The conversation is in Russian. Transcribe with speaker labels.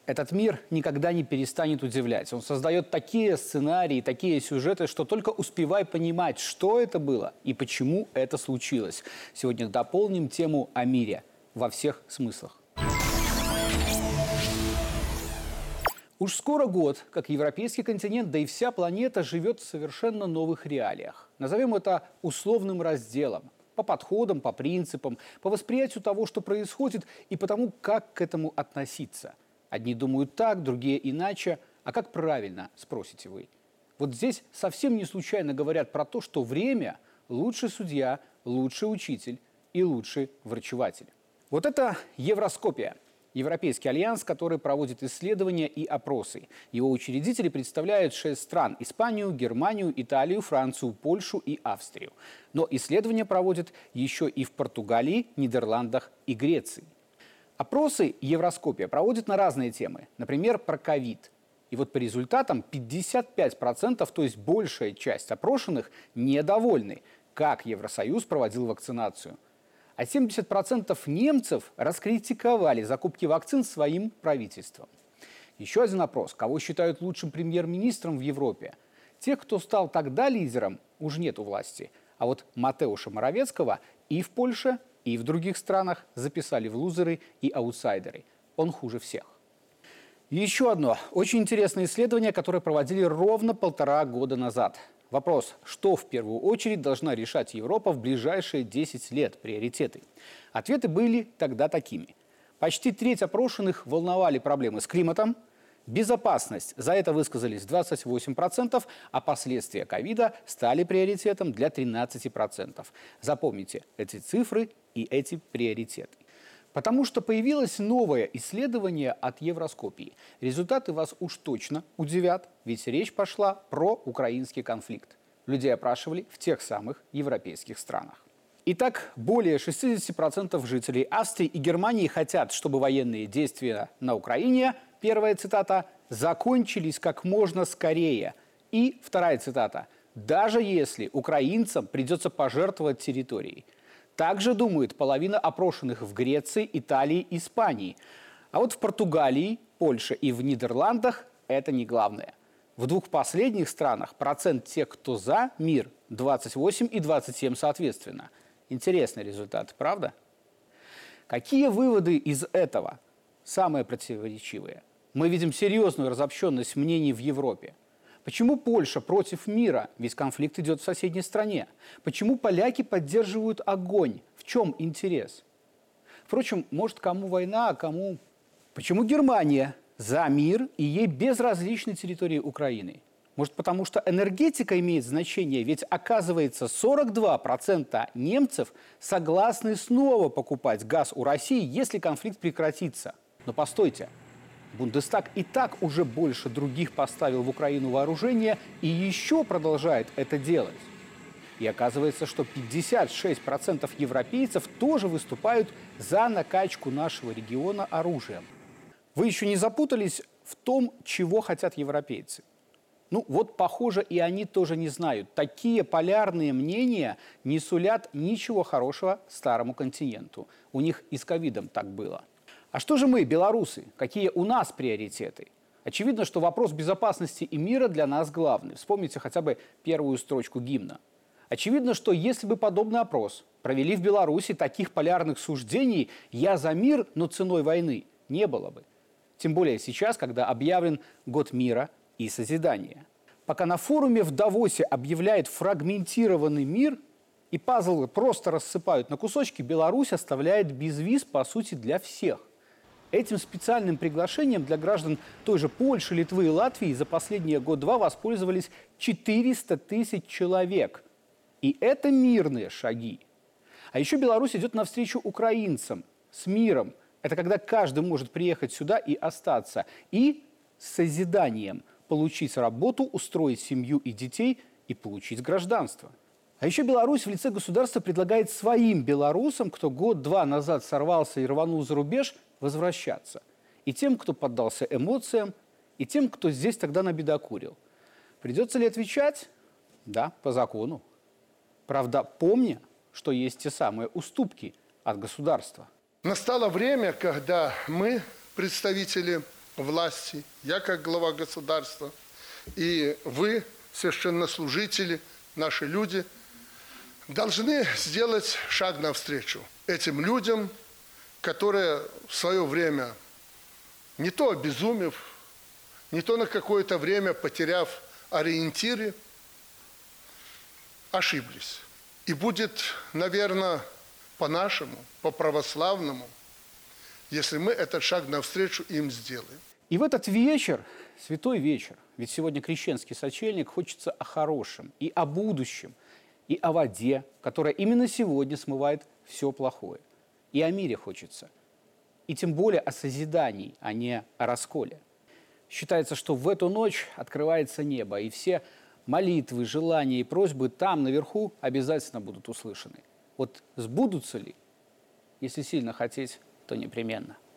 Speaker 1: Этот мир никогда не перестанет удивлять. Он создает такие сценарии, такие сюжеты, что только успевай понимать, что это было и почему это случилось. Сегодня дополним тему о мире во всех смыслах. Уж скоро год, как европейский континент, да и вся планета живет в совершенно новых реалиях. Назовем это условным разделом. По подходам, по принципам, по восприятию того, что происходит, и по тому, как к этому относиться. Одни думают так, другие иначе. А как правильно, спросите вы? Вот здесь совсем не случайно говорят про то, что время – лучший судья, лучший учитель и лучший врачеватель. Вот это Евроскопия. Европейский альянс, который проводит исследования и опросы. Его учредители представляют 6 стран – Испанию, Германию, Италию, Францию, Польшу и Австрию. Но исследования проводят еще и в Португалии, Нидерландах и Греции. Опросы Евроскопия проводят на разные темы, например, про ковид. И вот по результатам 55%, то есть большая часть опрошенных, недовольны, как Евросоюз проводил вакцинацию. А 70% немцев раскритиковали закупки вакцин своим правительством. Еще один опрос. Кого считают лучшим премьер-министром в Европе? Тех, кто стал тогда лидером, уже нет у власти. А вот Матеуша Моровецкого и в Польше, и в других странах записали в лузеры и аутсайдеры. Он хуже всех. Еще одно очень интересное исследование, которое проводили ровно 1,5 года назад. Вопрос, что в первую очередь должна решать Европа в ближайшие 10 лет, приоритеты. Ответы были тогда такими. Почти треть опрошенных волновали проблемы с климатом, безопасность, за это высказались 28%, а последствия ковида стали приоритетом для 13%. Запомните эти цифры и эти приоритеты. Потому что появилось новое исследование от Евроскопии. Результаты вас уж точно удивят, ведь речь пошла про украинский конфликт. Людей опрашивали в тех самых европейских странах. Итак, более 60% жителей Австрии и Германии хотят, чтобы военные действия на Украине, первая цитата, закончились как можно скорее. И вторая цитата, даже если украинцам придется пожертвовать территорией. Также думает половина опрошенных в Греции, Италии, Испании. А вот в Португалии, Польше и в Нидерландах это не главное. В двух последних странах процент тех, кто за мир, 28 и 27 соответственно. Интересный результат, правда? Какие выводы из этого? Самые противоречивые. Мы видим серьезную разобщенность мнений в Европе. Почему Польша против мира? Ведь конфликт идет в соседней стране. Почему поляки поддерживают огонь? В чем интерес? Впрочем, может, кому война, а кому... Почему Германия за мир и ей безразличны территории Украины? Может, потому что энергетика имеет значение? Ведь, оказывается, 42% немцев согласны снова покупать газ у России, если конфликт прекратится. Но постойте. Бундестаг и так уже больше других поставил в Украину вооружение и еще продолжает это делать. И оказывается, что 56% европейцев тоже выступают за накачку нашего региона оружием. Вы еще не запутались в том, чего хотят европейцы? Ну вот, похоже, и они тоже не знают. Такие полярные мнения не сулят ничего хорошего старому континенту. У них и с ковидом так было. А что же мы, белорусы? Какие у нас приоритеты? Очевидно, что вопрос безопасности и мира для нас главный. Вспомните хотя бы первую строчку гимна. Очевидно, что если бы подобный опрос провели в Беларуси, таких полярных суждений «я за мир, но ценой войны» не было бы. Тем более сейчас, когда объявлен год мира и созидания. Пока на форуме в Давосе объявляет фрагментированный мир и пазлы просто рассыпают на кусочки, Беларусь оставляет без виз, по сути, для всех. Этим специальным приглашением для граждан той же Польши, Литвы и Латвии за последние год-два воспользовались 400 тысяч человек. И это мирные шаги. А еще Беларусь идет навстречу украинцам с миром. Это когда каждый может приехать сюда и остаться. И с созиданием получить работу, устроить семью и детей и получить гражданство. А еще Беларусь в лице государства предлагает своим белорусам, кто год-два назад сорвался и рванул за рубеж, возвращаться. И тем, кто поддался эмоциям, и тем, кто здесь тогда набедокурил. Придется ли отвечать? Да, по закону. Правда, помня, что есть те самые уступки от государства.
Speaker 2: Настало время, когда мы, представители власти, я как глава государства, и вы, священнослужители, наши люди, должны сделать шаг навстречу этим людям, которые в свое время, не то обезумев, не то на какое-то время потеряв ориентиры, ошиблись. И будет, наверное, по-нашему, по-православному, если мы этот шаг навстречу им сделаем.
Speaker 1: И в этот вечер, святой вечер, ведь сегодня крещенский сочельник, хочется о хорошем и о будущем, и о воде, которая именно сегодня смывает все плохое. И о мире хочется. И тем более о созидании, а не о расколе. Считается, что в эту ночь открывается небо, и все молитвы, желания и просьбы там, наверху, обязательно будут услышаны. Вот сбудутся ли? Если сильно хотеть, то непременно.